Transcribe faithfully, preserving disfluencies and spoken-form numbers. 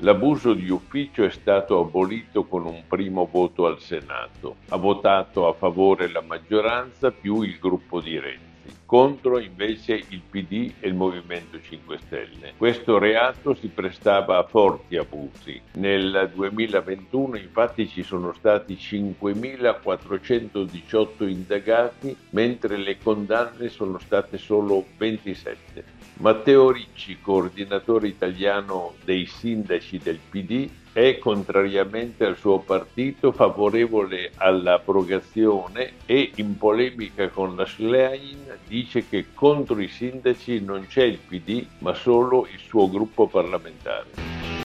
L'abuso di ufficio è stato abolito con un primo voto al Senato. Ha votato a favore la maggioranza più il gruppo di Renzi. Contro invece il P D e il Movimento cinque Stelle. Questo reato si prestava a forti abusi. Nel duemilaventuno infatti ci sono stati cinquemilaquattrocentodiciotto indagati, mentre le condanne sono state solo ventisette. Matteo Ricci, coordinatore italiano dei sindaci del P D, è, contrariamente al suo partito, favorevole all'abrogazione e, in polemica con la Schlein, dice che contro i sindaci non c'è il P D, ma solo il suo gruppo parlamentare.